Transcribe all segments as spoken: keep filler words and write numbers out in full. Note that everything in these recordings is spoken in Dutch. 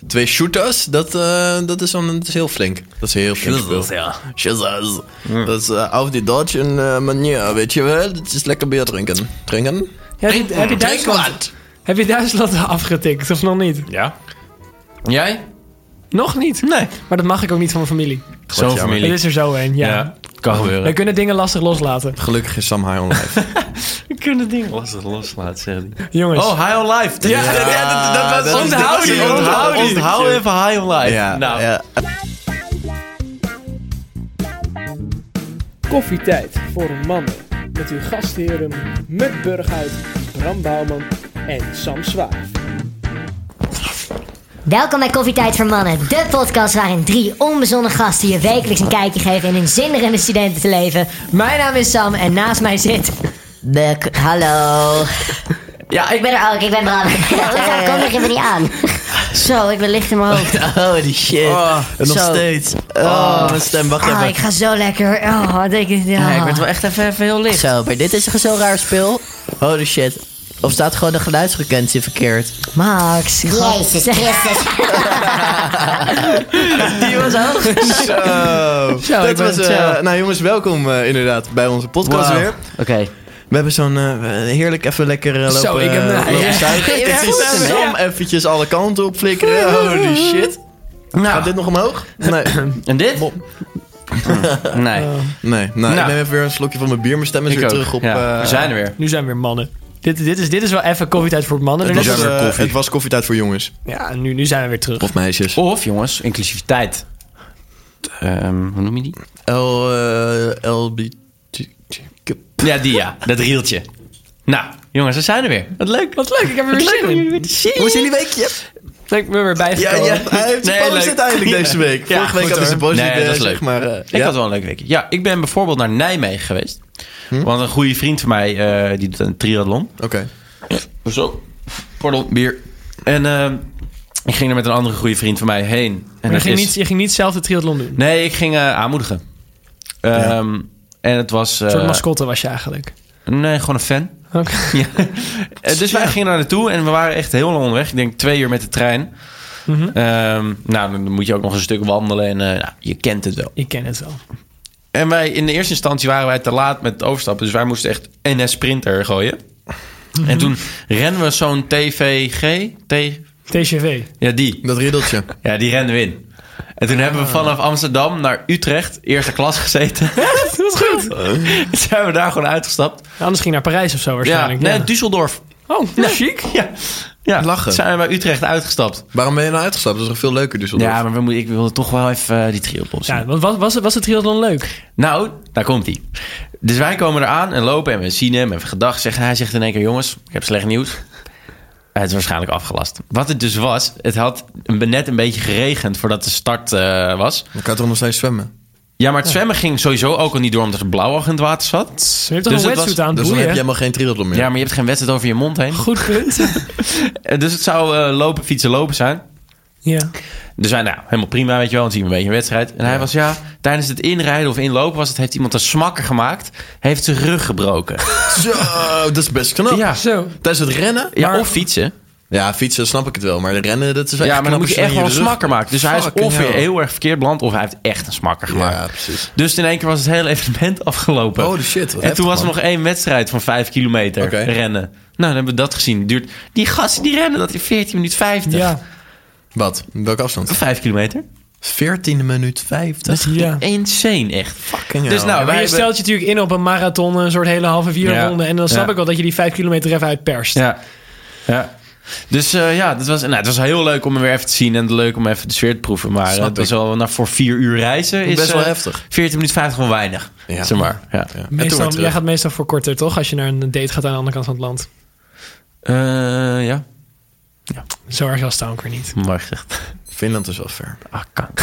twee shooters, dat, uh, dat, is, dan, dat is heel flink. Dat is heel flink. Shooters, ja. Shooters. Mm. Dat is uh, auf die Deutsche uh, manier, weet je wel. Dat is lekker bier drinken. Drinken? Ja, heb, je, heb, je Duitsland, heb je Duitsland afgetikt of nog niet? Ja. Jij? Nog niet? Nee. Maar dat mag ik ook niet van mijn familie. Zo'n familie. Dat is er zo een, ja. ja. Kan gebeuren. We kunnen dingen lastig loslaten. Gelukkig is Sam high on life. We kunnen dingen lastig loslaten, zeggen die. Jongens. Oh, high on life. Ja, ja, ja, ja dat, dat was onthoud die. Onthoud die. Onthoud even high on life. Ja, nou. Ja. Koffietijd voor mannen. Met uw gastheren Muk Burghuis, Bram Bouwman en Sam Zwaar. Welkom bij Koffietijd voor Mannen, de podcast waarin drie onbezonnen gasten je wekelijks een kijkje geven in hun zinderende studentenleven. Mijn naam is Sam en naast mij zit... Buk, hallo. Ja, ik ben er ook, ik ben Bram. Ja, kom nog even niet aan. Zo, ik ben licht in mijn hoofd. Oh, die shit. Oh, en nog Zo. steeds. Oh, Oh. mijn stem, wacht Oh, even. ik ga zo lekker. Oh, wat denk ik... Ja, ik Oh. werd wel echt even, even heel licht. Zo, maar dit is een zo raar speel. Holy shit. Of staat gewoon de geluidsfrequentie verkeerd? Max. Jezus Christus. Die was hoog. Zo. Zo, ik Dat ben was, chill. uh, nou jongens, welkom uh, inderdaad bij onze podcast Wow. weer. Oké. Okay. We hebben zo'n uh, heerlijk even lekker uh, lopen, Zo, ik heb- uh, lopen ja. zuigen. Ja, Kijk, goed. Sam eventjes alle kanten op flikkeren. Holy shit. Nou, Gaat dit nog omhoog? Nee. En dit? Nee. Nee, nou, Nou. ik neem even weer een slokje van mijn bier. Mijn stem is Ik weer ook. terug op... Ja, uh, we zijn er weer. Nu zijn we weer mannen. Dit, dit, is, dit is wel even koffietijd voor mannen. Het Er was, is- weer uh, koffie. het was koffietijd voor jongens. Ja, nu, nu zijn we weer terug. Of meisjes. Of, jongens, inclusiviteit. Um, hoe noem je die? L, uh, L, B, T, T, K. Ja, die ja. Dat rieltje. Nou, jongens, we zijn er weer. Wat leuk. Wat leuk, ik heb er weer zin in. Hoe is jullie weekje? Ik ben weer Ja, bijgekomen. ja, hij heeft Nee, zijn post leuk. uiteindelijk deze week. Ja, Vorige week goed, had hij zijn hoor. post Nee, niet, dat is uh, leuk. zeg maar, uh, Ik ja. had wel een leuk weekje. Ja, ik ben bijvoorbeeld naar Nijmegen geweest. Hm? Want een goede vriend van mij, uh, die doet een triathlon. Oké. Zo. Pardon, bier. En uh, ik ging er met een andere goede vriend van mij heen. En Maar je, dat ging is- niet, je ging niet zelf de triathlon doen. Nee, ik ging uh, aanmoedigen. Um, Ja. En het was... Een Uh, soort mascotte was je eigenlijk. Nee, gewoon een fan. Oké. Ja. Eh, dus wij gingen daar naartoe en we waren echt heel lang onderweg. Ik denk twee uur met de trein. Mhm. Um, nou, dan moet je ook nog een stuk wandelen en uh, nou, je kent het wel. Ik ken het wel. En wij, in de eerste instantie waren wij te laat met het overstappen. Dus wij moesten echt N S Sprinter gooien. Mhm. En toen rennen we zo'n T V G. T... T G V. Ja, die. Dat riddeltje. Ja, die renden we in. En toen hebben we vanaf Amsterdam naar Utrecht eerste klas gezeten. Dat was goed. Toen zijn we daar gewoon uitgestapt. Anders ging je naar Parijs of zo Ja, waarschijnlijk. nee, Ja. Düsseldorf. Oh, nou, chic. Ja, ja. Lachen. Toen zijn we bij Utrecht uitgestapt. Waarom ben je nou uitgestapt? Dat is toch veel leuker dus. Ja, maar we moeten, ik wilde toch wel even uh, die triathlon zien. Ja, want was, was, was het triathlon leuk? Nou, daar komt hij. Dus wij komen eraan en lopen en we zien hem. Even gedag zeggen. Hij zegt in één keer, jongens, ik heb slecht nieuws. Het is waarschijnlijk afgelast. Wat het dus was, het had net een beetje geregend voordat de start uh, was. Dan kan je toch nog steeds zwemmen? Ja, maar het zwemmen ging sowieso ook al niet door omdat er blauwig in het water zat. Je hebt toch Dus een het wetsuit was- aan, Dus dan boeien. heb je helemaal geen triathlon meer. Ja, maar je hebt geen wedstrijd over je mond heen. Goed punt. Dus het zou uh, lopen, fietsen, lopen zijn. Ja. Dus wij, nou, helemaal prima, weet je wel. Dan zien we een beetje een wedstrijd. En hij was, ja, tijdens het inrijden of inlopen was het, heeft iemand een smakker gemaakt. Heeft zijn rug gebroken. Zo, dat is best knap. Ja, Zo. Tijdens het rennen? ja Maar- of fietsen. Ja, fietsen snap ik het wel. Maar rennen, dat is wel Ja, echt maar dan knap moet je als echt wel een je je rug- smakker maken. Dus hij is Fucking of weer hell. heel erg verkeerd beland, of hij heeft echt een smakker gemaakt. Ja, precies. Dus in één keer was het hele evenement afgelopen. Holy shit, wat En heftig, toen was er man. nog één wedstrijd van vijf kilometer Oké. rennen. Nou, dan hebben we dat gezien. Duurt, die gasten die rennen dat in veertien minuten vijftig. Ja. Wat? Welke afstand? vijf kilometer. veertien minuut vijftig. Dat is Ja. insane, echt. Fucking hell. Dus nou, Maar wij je hebben- stelt je natuurlijk in op een marathon, een soort hele halve vier Ja. ronde. En dan snap Ja. ik wel dat je die vijf kilometer even uitperst. Ja. Ja. Dus uh, ja, dat was, nou, het was heel leuk om hem weer even te zien. En leuk om even de sfeer te proeven. Maar uh, Snap het was ik. wel nou, voor vier uur reizen. Is, Best wel uh, heftig. veertien minuten vijftig gewoon weinig. Ja. Zeg maar. Ja. Ja. En toen weer Meestal, terug. jij gaat meestal voor korter, toch? Als je naar een date gaat aan de andere kant van het land. Uh, ja. Zo erg als het ook weer niet. Mooi gezegd. Finland is wel ver. Ah, kanker.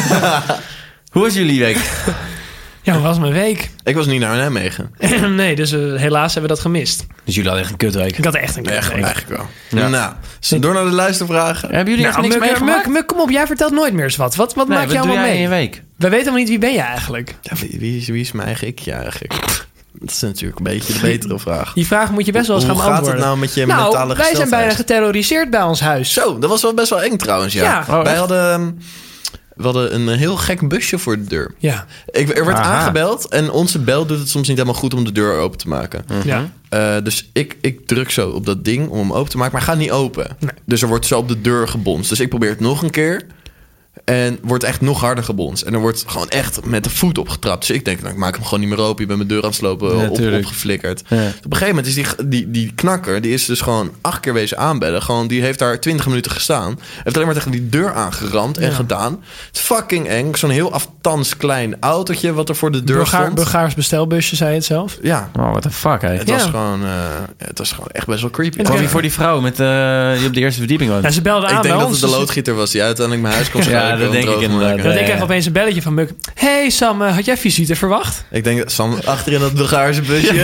Hoe was jullie week? Ja, hoe was mijn week? Ik was niet naar Nijmegen. nee, dus uh, helaas hebben we dat gemist. Dus jullie hadden echt een kutweek. Ik had echt een Echt, week. eigenlijk wel. Ja. Nou, zullen we door naar de luistervragen? Hebben jullie echt Nou, niks Muk, meegemaakt? Muk, Muk, kom op, jij vertelt nooit meer eens wat. Wat, wat Nee, maak je wat doe allemaal jij mee? in je week? We weten helemaal niet wie ben je eigenlijk. Ja, wie, wie, is, wie is mijn eigen ikje eigenlijk? Dat is natuurlijk een beetje de betere vraag. Die vraag moet je best wel eens Hoe gaan gaat beantwoorden. het nou met je nou, mentale wij zijn gesteldheid? bijna geterroriseerd bij ons huis. Zo, dat was wel best wel eng trouwens, ja. Ja. Oh, Wij echt? hadden, we hadden een heel gek busje voor de deur. Ja. Ik, er werd Aha. aangebeld en onze bel doet het soms niet helemaal goed om de deur open te maken. ja. Uh, dus ik, ik druk zo op dat ding om hem open te maken, maar hij gaat niet open. Nee. Dus er wordt zo op de deur gebonst. Dus ik probeer het nog een keer. En wordt echt nog harder gebonst. En er wordt gewoon echt met de voet opgetrapt. Dus ik denk, nou, ik maak hem gewoon niet meer open. Je bent mijn deur aan het slopen, Ja, op, tuurlijk. opgeflikkerd. Ja. Dus op een gegeven moment is die, die, die knakker... die is dus gewoon acht keer wezen aanbellen. Gewoon, die heeft daar twintig minuten gestaan. Heeft alleen maar tegen die deur aangeramd en Ja. gedaan. Het is fucking eng. Zo'n heel aftans klein autootje wat er voor de deur Bulgaar, stond. Bulgaars bestelbusje, zei je het zelf. Ja, Oh, what the fuck, hè. het, Ja. was gewoon, uh, het was gewoon echt best wel creepy. En Kwam Ja. je voor die vrouw met, uh, die op de eerste verdieping woont? Ja, ze belden aan Ik denk bij dat ons. het de dus- loodgieter was die uiteindelijk mijn huis kon Ja, schrijven. dat om denk ik droog te inderdaad. maken. Dat Ja, ik ja. kreeg opeens een belletje van Muk. Hey Sam, uh, had jij visite verwacht? Ik denk dat Sam achterin dat Bulgaarse busje.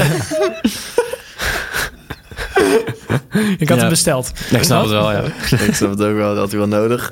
Ik had Ja. hem besteld. Ik snap het wel, ja. Ik snap het ook wel, dat had hij wel nodig.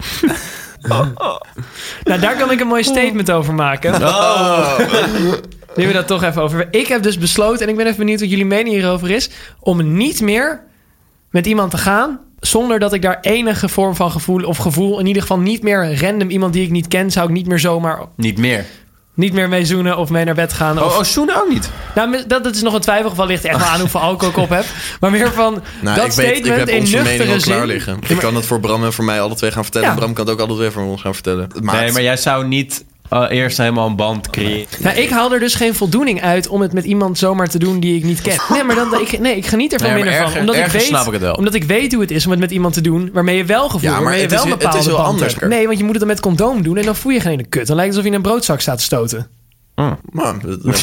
Nou, daar kan ik een mooi statement over maken. Oh. Nu we dat toch even over. Ik heb dus besloten, en ik ben even benieuwd wat jullie mening hierover is, om niet meer met iemand te gaan zonder dat ik daar enige vorm van gevoel of gevoel, in ieder geval niet meer random iemand die ik niet ken, zou ik niet meer zomaar Niet meer. niet meer mee zoenen of mee naar bed gaan. Of, Oh, oh zoenen ook niet. nou, dat, dat is nog een twijfelgeval, ligt echt wel aan hoeveel alcohol ik op heb. Maar meer van Nou, dat ik weet, statement ik heb in onze mening nuchtere al klaar zin. liggen. Ik kan het voor Bram en voor mij alle twee gaan vertellen. Ja. En Bram kan het ook alle twee voor ons gaan vertellen. Het maakt. Nee, maar jij zou niet uh, eerst helemaal een band creëren. Nou, ik haal er dus geen voldoening uit om het met iemand zomaar te doen die ik niet ken. Nee, maar dan, ik, nee, ik geniet er van Nee, maar minder van. erger- Omdat ik, ergens weet, snap ik het wel. omdat ik weet hoe het is om het met iemand te doen waarmee je wel gevoel, Ja, maar waarmee je het wel is- een het bepaalde is wel band anders, hebt. Kurt. Nee, want je moet het dan met condoom doen en dan voel je geen ene kut. Dan lijkt het alsof je in een broodzak staat te stoten. Man, dat-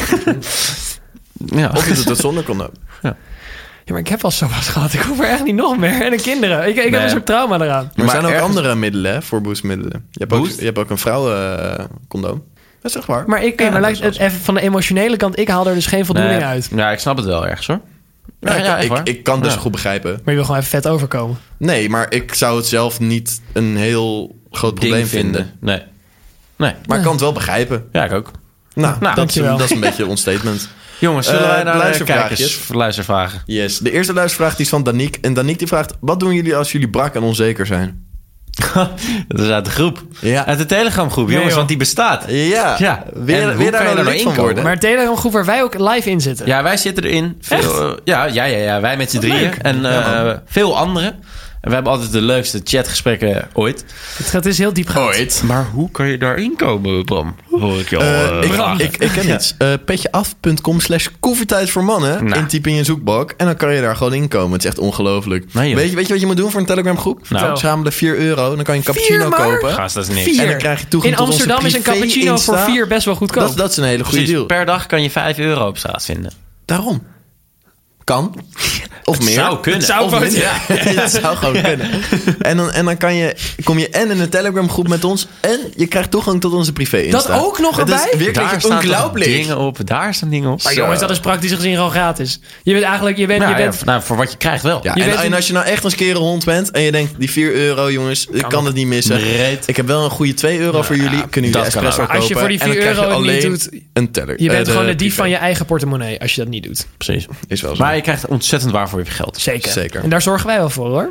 Ja. of je doet het zonder condoom. Ja, maar ik heb al zo wat gehad. Ik hoef er echt niet nog meer. En de kinderen. Ik, ik heb Nee. een soort trauma eraan. Maar er Maar zijn ook ergens- andere middelen hè, voor boostmiddelen. Je hebt ook, Boost? je hebt ook een vrouwencondoom. Dat is echt waar. Maar ik, Ja, maar dat lijkt is wel het even van de emotionele kant, ik haal er dus geen voldoening Nee. uit. Ja, ik snap het wel ergens hoor. Ja, Ja, ja, echt ik, waar. ik, ik kan het dus Ja. goed begrijpen. Maar je wil gewoon even vet overkomen. Nee, maar ik zou het zelf niet een heel groot probleem Ding vinden. Nee. Nee. Maar ik kan het wel begrijpen. Ja, ik ook. Nou, dat, is een, dankjewel. dat is een beetje ons statement. Jongens, zullen Eh, wij naar de luistervraagjes? kijkers luistervragen? Yes. De eerste luistervraag die is van Danique. En Danique die vraagt... Wat doen jullie als jullie brak en onzeker zijn? Dat is uit de groep. Ja. Uit de Telegram groep, Nee, jongens, joh. want die bestaat. Ja. Ja. Weer, En weer hoe daar kan je nou er nou lid van in komen? worden? Maar het Telegram groep waar wij ook live in zitten. Ja, wij zitten erin. Veel, eh, ja, ja, ja, ja, wij met z'n drieën. leuk. En eh, veel anderen. En we hebben altijd de leukste chatgesprekken ooit. Het, het is heel diepgaand. Ooit. Maar hoe kan je daarin komen, Bram? Hoor ik jou Eh, eh, ik, vragen. ik, ik ken iets. Uh, petjeaf.com slash koffietijd voor mannen. Nou. Intypen in je zoekbalk. En dan kan je daar gewoon in komen. Het is echt ongelooflijk. Nee, joh. weet, je, weet je wat je moet doen voor een Telegram groep? Nou. Verzamelen vier euro. Dan kan je een cappuccino Vier maar? kopen. Gast, dat is niks. Vier. En dan krijg je toegang In tot onze Amsterdam is een privé cappuccino voor Insta. vier best wel goedkoop. Dat, dat is een hele goede Precies, deal. per dag kan je vijf euro op straat vinden. Daarom. Kan. Of meer. zou kunnen. Het zou, Of gewoon, minder. ja, het zou gewoon kunnen. En dan, en dan kan je, kom je en in een Telegram groep met ons. En je krijgt toegang tot onze privé Insta. Dat ook nog Het is erbij? Wirklich Daar staan toch unglaublich. dingen op. Daar staan dingen op. Maar jongens, dat is praktisch gezien gewoon gratis. Je bent eigenlijk, je bent, Nou, je bent, ja, nou, voor wat je krijgt wel. Ja, Je en, bent een- en als je nou echt een skere hond bent en je denkt, die vier euro jongens, ik kan ook. het niet missen. Breed. Ik heb wel een goede twee euro voor jullie. Kunnen jullie dat kan espresso ook. kopen. Als je voor die en dan vier krijg je euro het niet alleen doet, een teller. je bent Eh, gewoon de dief privé. van je eigen portemonnee als je dat niet doet. Precies. Is wel zo. Maar je krijgt ontzettend waar voor je geld. Zeker. Zeker. En daar zorgen wij wel voor hoor.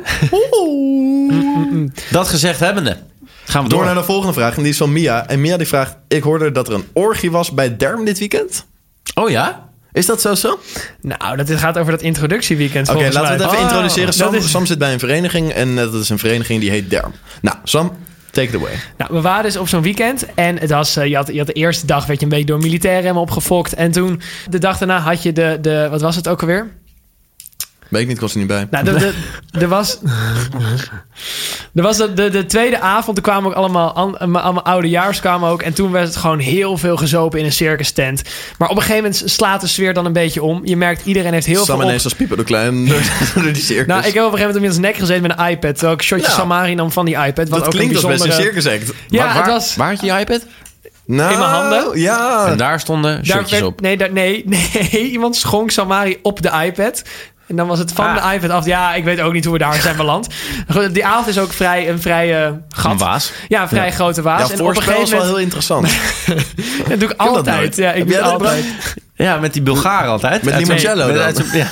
Dat gezegd hebbende, gaan we door. Door naar de volgende vraag. En die is van Mia. En Mia die vraagt, ik hoorde dat er een orgie was bij Derm dit weekend. Oh ja? Is dat zo zo? Nou, dat dit gaat over dat introductieweekend Oké, volgens laten we mij. het even Oh, introduceren. Sam, dat is- Sam zit bij een vereniging en dat is een vereniging die heet Derm. Nou, Sam, take it away. Nou, we waren dus op zo'n weekend en het was, uh, je, had, je had de eerste dag werd je een beetje door militairen helemaal opgefokt. En toen, de dag daarna had je de, de wat was het ook alweer? Weet ik niet, ik was er niet bij. Nou, de, de, er was, er was de, de, de tweede avond, er kwamen ook allemaal, an, allemaal oudejaars kwamen ook. En toen werd het gewoon heel veel gezopen in een circus tent. Maar op een gegeven moment slaat de sfeer dan een beetje om. Je merkt, iedereen heeft heel Sam veel op. ineens als pieper door klein door, door die circus. Nou, ik heb op een gegeven moment op iemands nek gezeten met een iPad. Terwijl ik shotje Ja. Samari nam van die iPad. Wat dat ook klinkt als een best een bijzondere... circus act. Ja, waar, het was... waar had je je iPad? Nou, in mijn handen. Ja. En daar stonden Daar shotjes werd, op. nee, daar, nee, nee, iemand schonk Samari op de iPad. En dan was het van Ah. de iPad af. Ja, ik weet ook niet hoe we daar zijn beland. Goed, die avond is ook vrij, een vrij uh, gat. Een waas. Ja, een vrij grote waas. Ja, en op een voorspel gegeven is wel moment... heel interessant. Dat doe ik dat altijd. nooit? Ja, ik Heb doe jij dat, altijd. Ja, met die Bulgaren altijd. Met Uit zo'n- limoncello met- dan? uit zo'n- ja.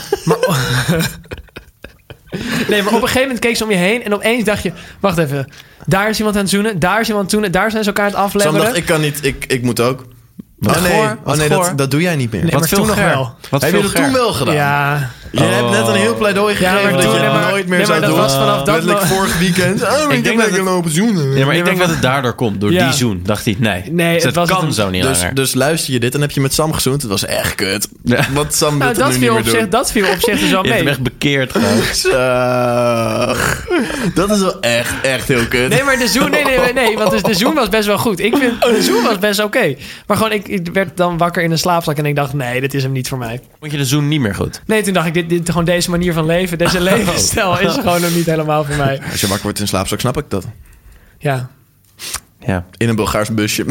Nee, maar op een gegeven moment keek ze om je heen... en opeens dacht je... Wacht even. Daar is iemand aan het zoenen. Daar is iemand aan het zoenen. Daar zijn ze elkaar aan het Sam afleveren. dacht, ik kan niet, ik, ik moet ook. Wat oh nee, goor, oh, wat nee goor. dat, dat doe jij niet meer. Nee, Wat maar veel toen nog ger. wel. Wat Heb je veel dat toen ger. wel gedaan? Ja. Je hebt net een heel pleidooi Ja, gegeven maar dat toen- je nee, maar- nooit meer nee, zou maar dat doen. was vanaf dat Letterlijk mo- vorig weekend. Oh, ik, denk heb dat lekker het- lopen zoenen. Ja, maar ik denk dat het daardoor komt. Door Ja. die zoen. Dacht hij, nee. Nee, Dus het was dat kan het- zo niet Dus, langer. dus luister je dit en heb je met Sam gezoend. Het was echt kut. Ja. Wat Sam Nou, doet er dat nu viel, niet op meer zich, doen. dat viel op zich dus wel Je hebt hem mee. echt bekeerd gewoon. Zo. Dat is wel echt, echt heel kut. Nee, maar de zoen, nee, nee, nee, nee, want dus de zoen was best wel goed. Ik vind, de zoen was best oké. Maar gewoon, ik, ik werd dan wakker in een slaapzak en ik dacht, nee, dit is hem niet voor mij. Vond je de zoen niet meer goed? Nee, toen dacht ik, dit, dit, gewoon deze manier van leven, deze levensstijl is gewoon nog niet helemaal voor mij. Als je wakker wordt in slaapzak, snap ik dat. Ja. Ja. In een Bulgaars busje.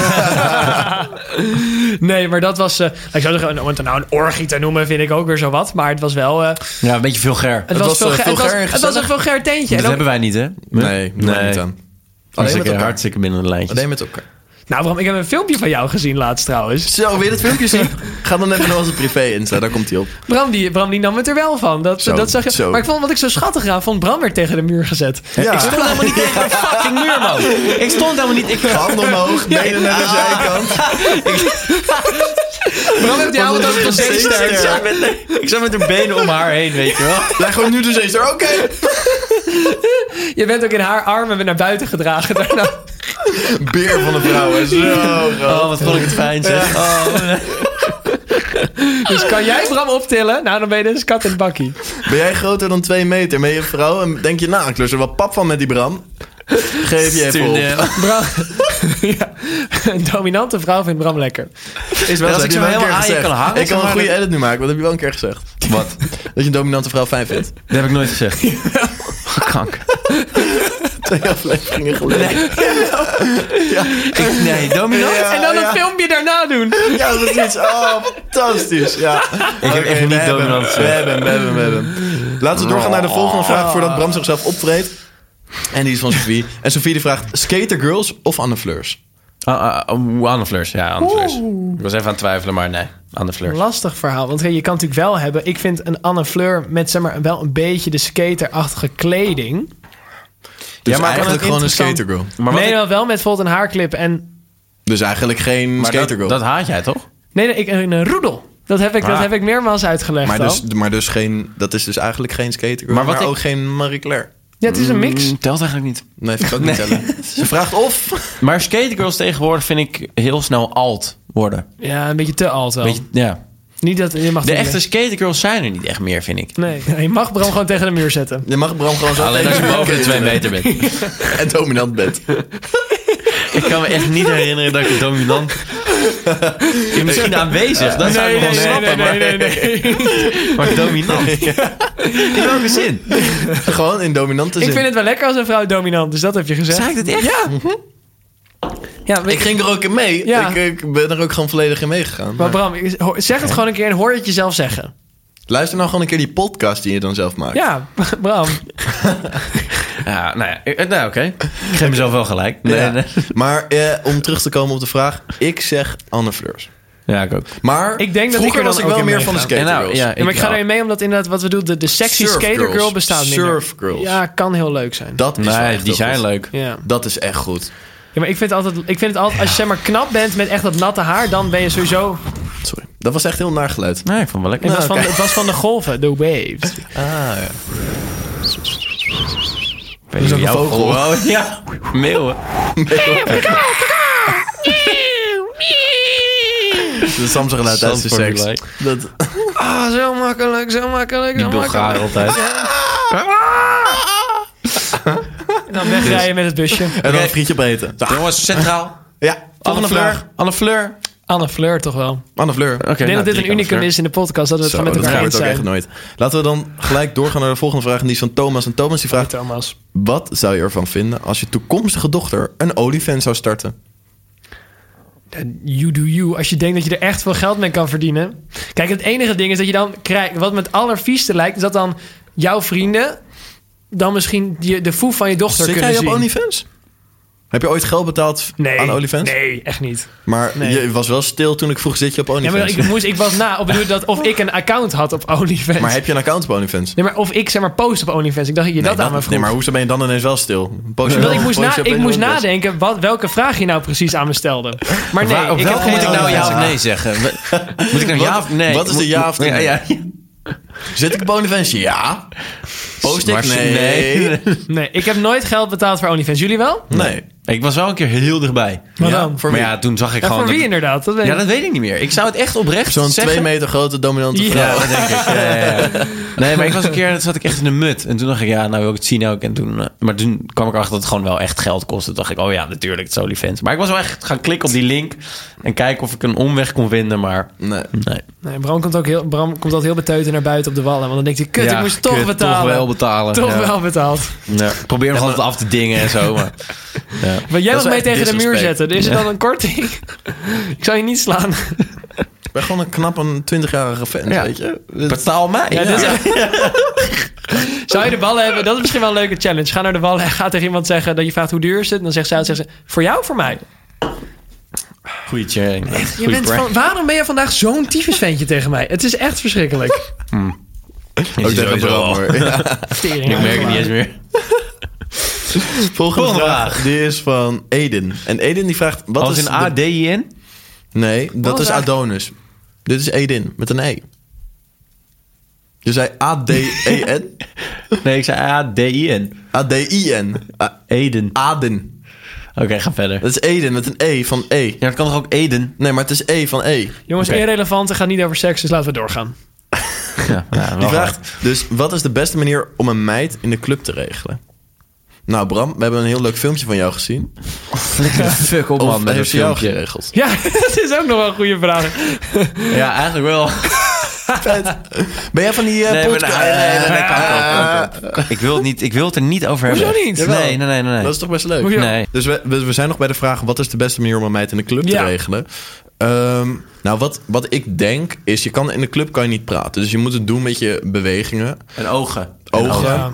Nee, maar dat was, uh, ik zou zeggen, om het nou een orgie te noemen, vind ik ook weer zo wat. Maar het was wel, uh, Ja, een beetje vulgair. het, was, was, uh, vulgair- het, was, vulgair en het was een gezellig. vulgair teentje. Dat En ook- hebben wij niet, hè? Nee, doe er nee. niet aan. Alleen met Hartstikke, elkaar. hartstikke binnen de lijntjes. Alleen met elkaar. Nou, Bram, ik heb een filmpje van jou gezien laatst trouwens. Zo, wil je dat filmpje zien? Ga dan even naar onze privé-insta, daar komt hij op. Bram die, Bram die nam het er wel van. Dat, Zo, dat zag je. zo. Maar ik vond wat ik zo schattig aan vond, Bram werd tegen de muur gezet. Ja. Ik stond helemaal niet tegen de fucking muur, man. Ik stond helemaal niet... Ik... Handen omhoog, benen naar de zijkant. Bram heeft jou Want dat het op is de een zeester. zeester. Ik zat met, ik zat met de benen om haar heen, weet je wel. Leg gewoon nu de zeester, oké. Je bent ook in haar armen naar buiten gedragen daarna. Beer van een vrouw, hè. Zo groot. Oh, wat vond ik het fijn, zeg. Oh, Dus kan jij Bram optillen? Nou, dan ben je dus kat in het bakkie. Ben jij groter dan twee meter? Ben je een vrouw en denk je, nou, ik lust er wel pap van met die Bram? Geef je even op. Bram, ja, een dominante vrouw vindt Bram lekker. Is wel Ja, als zo, ik heb zo je wel een helemaal keer aan je gezegd. kan hangen, Ik kan zeg wel een maar, goede dat- edit nu maken, wat heb je wel een keer gezegd? Wat? Dat je een dominante vrouw fijn vindt. Dat heb ik nooit gezegd. Kanker. Twee afleveringen geleden. Ik, nee, dominant? Ja, En dan ja. een filmpje daarna doen. Ja, precies. Oh, fantastisch. Ja. Ik heb Oké, echt we niet hebben dominant hem. We hebben hem, we hebben hem, we hebben hem. Laten we doorgaan naar de volgende vraag voordat Bram zichzelf opvreet. En die is van Sophie. En Sophie die vraagt, Skater Girls of Anne Fleurs? Ah, ah, oh, Anne Fleurs, ja, Anne Fleurs. Ik was even aan het twijfelen, maar nee, Anne Fleurs. Lastig verhaal. Want je kan natuurlijk wel hebben. Ik vind een Anne Fleur met zeg maar wel een beetje de skaterachtige kleding. Dus Ja, maar kan eigenlijk het gewoon een interessant- Skater Girl. Maar wat nee, ik- wel, wel met bijvoorbeeld een haarclip en Dus eigenlijk geen maar Skater dat, Girl. dat haat jij toch? nee, nee ik, een, een roedel. Dat heb ik, dat Ah. heb ik meermaals uitgelegd. Maar al. dus, maar dus geen, dat is dus eigenlijk geen Skater Girl, Maar maar, wat ik- ook geen Marie Claire. Ja, het is een mix. Mm, telt eigenlijk niet. Nee, vind ik ook niet tellen. Ze vraagt of. Maar skatergirls tegenwoordig vind ik heel snel alt worden. Ja, een beetje te alt wel. Beetje, ja. Niet dat je mag De het echte niet- skatergirls zijn er niet echt meer, vind ik. Nee, je mag Bram gewoon tegen de muur zetten. Je mag Bram gewoon zo Alleen als je tegen- boven de twee meter bent. En dominant bent. Ik kan me echt niet herinneren dat ik dominant... Je bent misschien aanwezig, dat zou ik nee, wel nee, snappen. nee, nee, nee, nee. Maar, maar dominant. In welke zin? Gewoon in dominante zin. Ik vind het wel lekker als een vrouw dominant, dus dat heb je gezegd. Zei ik dit echt? Ja. Ja, weet Ik je- ging er ook in mee. Ja. Ik, ik ben er ook gewoon volledig in meegegaan. Maar Maar Bram, ho- zeg het gewoon een keer en hoor je het jezelf zeggen. luister nou gewoon een keer die podcast die je dan zelf maakt. Ja, Bram. Ja, nou ja, ik- nou oké. Ik geef mezelf wel gelijk. Nee, Ja. nee. Maar eh, om terug te komen op de vraag. Ik zeg Anne Fleurs. Ja, ik ook. Maar Ik denk dat ik vroeger er dan was ik ook wel in meer van de meega. Skater En nou, Girls. ja, Ja, maar ik ga wel. erin mee omdat inderdaad wat we doen, de, de sexy Surf skater girls. girl bestaat minder. Surf girls. Ja, kan heel leuk zijn. Dat is wel Nee, echt die heel zijn goed. leuk. Ja. Dat is echt goed. Ja, maar ik vind, altijd, ik vind het altijd, als je zeg maar knap bent met echt dat natte haar, dan ben je sowieso... Sorry. Dat was echt heel naar geluid. Nee, ik vond het wel lekker. Het was, Nou, van, oké. het was van de golven, de waves. Ah, ja. Weet is je ook wie een jou- vogel. Oh, ja, meeuwen. Dat is Sam's geluid tijdens de seks. Zandformulijn. Dat... Ah, zo makkelijk, zo makkelijk, Die zo Bulgaren makkelijk. altijd. En dan wegrijden met het busje. En dan Oké. een frietje opeten. Jongens, centraal. Ja, Anne volgende vraag. Fleur. Anne Fleur. Anne Fleur toch wel. Anne Fleur. Oké, Ik denk nou, dat dit drie een unicum Anne Fleur. is in de podcast, dat we het Zo, gewoon met dat elkaar gebeurt eens ook zijn. echt nooit. Laten we dan gelijk doorgaan naar de volgende vraag. En die is van Thomas. En Thomas die vraagt... Thomas. Wat zou je ervan vinden als je toekomstige dochter een OnlyFans zou starten? You do you. Als je denkt dat je er echt veel geld mee kan verdienen. Kijk, het enige ding is dat je dan krijgt... Wat me het allervieste lijkt, is dat dan jouw vrienden... dan misschien die, de foef van je dochter Zit kunnen jij op zien. OnlyFans? Heb je ooit geld betaald Nee, aan OnlyFans? nee, echt niet. Maar Nee. je was wel stil toen ik vroeg, zit je op Ja, OnlyFans? maar ik, moest, ik was na, of bedoel dat of ik een account had op OnlyFans. Maar heb je een account op OnlyFans? Nee, maar of ik zeg maar post op OnlyFans. Ik dacht dat je nee, dat aan me vroeg. nee, maar hoezo ben je dan ineens wel stil? Post je Omdat wel- ik moest, post na, je op ik moest OnlyFans? nadenken wat, welke vraag je nou precies aan me stelde. Maar nee, Waar, op ik heb welke moet ik geen nou ja OnlyFans. of nee zeggen? Moet ik nou ja Wat- of nee? wat is de ja of de Ja, nee? ja, ja. Zit ik op OnlyFans? Ja. Post ik? Maar Nee. nee. Nee, ik heb nooit geld betaald voor OnlyFans. Jullie wel? Nee. Ik was wel een keer heel dichtbij. Wat Ja, dan? voor Maar wie? ja, toen zag ik Ja, gewoon... voor wie dat- inderdaad? Dat weet Ja, ik. dat weet ik niet meer. Ik zou het echt oprecht Zo'n zeggen. twee meter grote dominante Ja. vrouw. Ja, dat denk ik. Ja, ja, ja. Nee, maar ik was een keer, zat ik echt in de mut. En toen dacht ik, ja, nou wil ik het zien ook. En toen, uh, maar toen kwam ik erachter dat het gewoon wel echt geld kostte. Toen dacht ik, oh ja, natuurlijk, het is OnlyFans. Maar ik was wel echt gaan klikken op die link. En kijken of ik een omweg kon vinden, maar Nee. nee. Nee, Bram komt ook heel, Bram komt altijd heel beteuterd naar buiten op de wallen. Want dan denkt hij, kut, Ja, ik moest toch kut, betalen. Toch wel betalen. Toch ja. wel betaald. Ja. Ik probeer nog altijd af te dingen en zo, maar... Ja. Maar jij Dat mag is mee echt tegen de muur disrespect. zetten. Is er dan een korting? Ik zou je niet slaan. Ik ben gewoon een knap een twintigjarige fan, Ja. weet je? Betaal mij. Ja, dit is- Zou je de ballen hebben? Dat is misschien wel een leuke challenge. Ga naar de ballen en ga tegen iemand zeggen dat je vraagt hoe duur is het. Dan zegt zij, zegt ze, voor jou of voor mij? Goeie sharing. Je Goeie bent prank. van, waarom ben je vandaag zo'n tyfusventje tegen mij? Het is echt verschrikkelijk. Ook tegen sowieso Bram, al. hoor. Ja. Tering, Ik merk het niet eens meer. Volgende, Volgende vraag. vraag. Die is van Eden. En Eden die vraagt... Wat Als is in A de- D I N? Nee, dat Wat is is eigenlijk- Adonis. Dit is Eden, met een E. Je zei A D E N? Nee, ik zei A D I N. A D I N. A- Eden. Aden. Oké, ga verder. Dat is Eden met een E van E. Ja, dat kan toch ook Eden? Nee, maar het is E van E. Jongens, Oké. irrelevant. Het gaat niet over seks, dus laten we doorgaan. Ja, ja, wel Die gelijk. vraagt dus, wat is de beste manier om een meid in de club te regelen? Nou Bram, we hebben een heel leuk filmpje van jou gezien. Fuck op, Of man, met heeft een ze jou filmpje. geregeld? Ja, dat is ook nog wel een goede vraag. Ja, eigenlijk wel. Ben jij van die uh, Nee, maar podcast? nee, nee, nee, nee, kan, kan, kan. Ik wil het niet, ik wil het er niet over hebben. Hoezo niet? Nee, nee, nee, nee. nee. Dat is toch best leuk? Hoezo? Nee. Dus we, we, we zijn nog bij de vraag, wat is de beste manier om een meid in de club Ja. te regelen? Ehm, nou, wat, wat ik denk is, je kan in de club kan je niet praten. Dus je moet het doen met je bewegingen. En ogen. Ogen. Ja.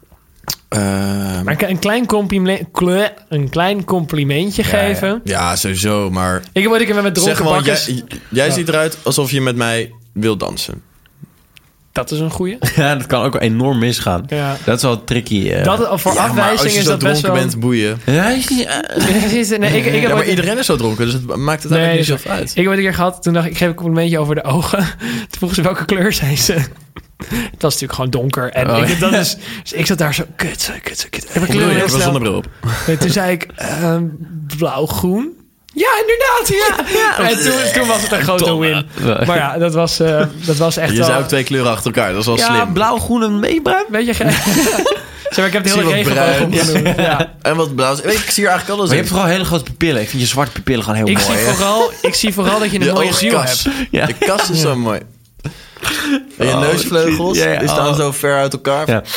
Ehm, Maar een klein, compliment, een klein complimentje ja. geven. ja, sowieso, maar... Ik heb ooit een keer met Zeg dronken gewoon, jij, bakkers. jij Ja. ziet eruit alsof je met mij wil dansen. Dat is een goeie. Ja, dat kan ook enorm misgaan. Ja. Dat is wel tricky. eh. Dat, voor Ja, maar afwijzing als je is zo dat best dronken wel... bent, boeien. Ja, ja. nee, ik, ik heb Ja, maar ooit- iedereen is zo dronken, dus het maakt het Nee, eigenlijk niet dat- zoveel uit. Ik heb ooit een keer gehad, toen dacht ik, ik geef een complimentje over de ogen. Toen vroeg ze welke kleur zijn ze. Het was natuurlijk gewoon donker. En Oh, ik, dat is, dus ik zat daar zo, kut, kut, kut. Heb ik Hoe bedoel je? heel Ik was snel. zonder bril op. En toen zei ik, ehm, blauw-groen. Ja, inderdaad, ja. En toen, toen was het een grote Dom, win. ja. Maar ja, dat was, eh, dat was echt Je wel... zei ook twee kleuren achter elkaar, dat is wel Ja, slim. blauw, groen en meebruin. Weet je, ge- zeg maar, ik heb de Zie hele wat regenboog bruin. opgenoemd. Ja. En wat blauw. Ik zie er eigenlijk alles Maar je in. hebt vooral hele grote pupillen. Ik vind je zwarte pupillen gewoon heel Ik, mooi. zie hè? vooral, ik zie vooral dat je een Je mooie ziel oogkas. hebt. Ja. De kast is zo mooi. En je Oh, neusvleugels, ja, ja. die staan Oh. zo ver uit elkaar. Ja.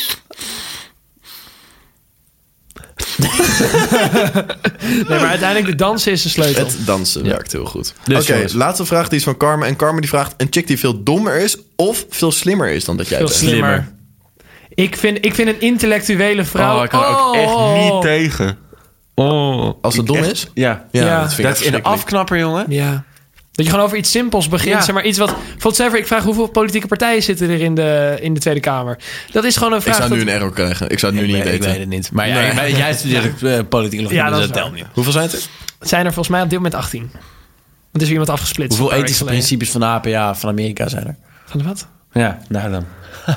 Nee, maar uiteindelijk de dansen is de sleutel. Het dansen werkt heel goed. Dus, Oké, jongens. laatste vraag die is van Carmen. En Carmen die vraagt, een chick die veel dommer is of veel slimmer is dan dat jij Veel bent? slimmer. Ik vind, ik vind een intellectuele vrouw... Oh, ik kan er ook echt Oh. niet tegen. Oh. Als het Ik dom echt- is? Ja. Ja, Ja. dat vind ik Dat echt is in een verschrikkelijk. afknapper, jongen. Ja. Dat je gewoon over iets simpels begint. Ja. Zeg maar iets wat... Bijvoorbeeld, zeg maar, ik vraag hoeveel politieke partijen zitten er in de, in de Tweede Kamer. Dat is gewoon een Ik vraag... zou nu dat- een error krijgen. Ik zou het nu Ik niet weet, ik weten. weet het niet. Maar ja, Nee. jij- jij studeert uh, politicologie, Ja, dus dat dat is telt waar. niet. Hoeveel zijn het er? zijn er volgens mij op dit moment achttien. Want er is weer iemand afgesplitst. Hoeveel een paar ethische weken geleden. principes van de A P A van Amerika zijn er? Van de wat? Ja, nou dan.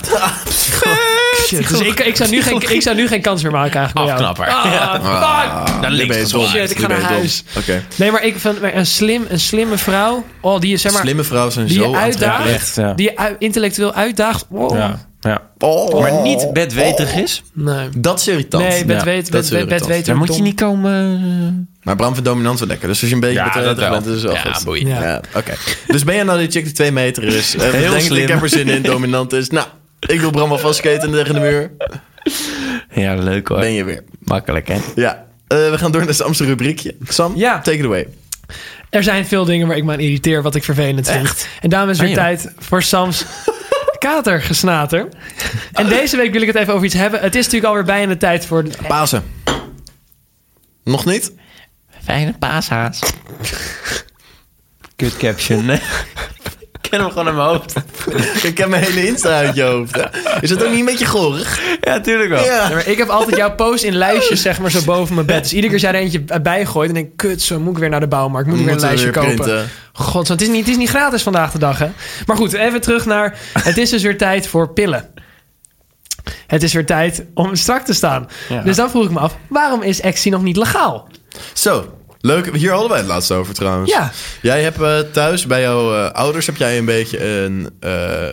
Shit. Dus ik, ik, zou nu geen, ik zou nu geen kans meer maken eigenlijk bij jou. Afknapper. Ah, fuck! Dan Nu links ben je of dom. zo. Shit, ik Nu ga ben naar je dom. huis. Oké. Nee, maar ik vind een, slim, een slimme vrouw... Oh, die je zeg maar... Slimme vrouwen zijn die zo je uitdaagt. aantrekkelijk. Echt, ja. Die je ui- intellectueel uitdaagt. Wow. Ja, ja. Oh. Maar niet bedweterig is. Nee. Dat is irritant. Nee, bed Ja, weet, dat is bed, bed, bed irritant. weet Daar hoe moet je dom. niet komen. Maar Bram vindt dominant wel lekker. Dus als je een beetje Ja, bedweterig dat wel. bent, is het wel Ja, goed. boeien. Ja. Ja, oké. Dus ben jij nou die chick die twee meter is? Uh, Heel denkt, slim. ik heb er zin in, dominant is. Nou, ik wil Bram al vastketen tegen de muur. Ja, leuk hoor. Ben je weer. Makkelijk, hè? Ja. Uh, we gaan door naar Sam's rubriekje. Sam, Ja. take it away. Er zijn veel dingen waar ik me aan irriteer, wat ik vervelend vind. En daarom is het weer Ah, joh. tijd voor Sams katergesnater. En deze week wil ik het even over iets hebben. Het is natuurlijk alweer bijna de tijd voor... de- Pasen. Nog niet? Fijne paashaas. Kut caption. Ik ken hem gewoon in mijn hoofd. Ik heb mijn hele Insta uit je hoofd. Hè? Is het ook niet een beetje gorig? Ja, tuurlijk wel. Ja. Ja, maar ik heb altijd jouw post in lijstjes, zeg maar, zo boven mijn bed. Dus iedere keer als jij er eentje bijgooit, dan denk ik, kut, zo moet ik weer naar de bouwmarkt. Moet ik weer een Moeten we lijstje weer kopen. printen. God, zo, het, is niet, het is niet gratis vandaag de dag, hè? Maar goed, even terug naar... Het is dus weer tijd voor pillen. Het is weer tijd om strak te staan. Ja. Dus dan vroeg ik me af, waarom is ecstasy nog niet legaal? Zo, leuk. Hier hadden wij het laatst over trouwens. Ja. Jij hebt uh, thuis bij jouw uh, ouders heb jij een beetje een, uh,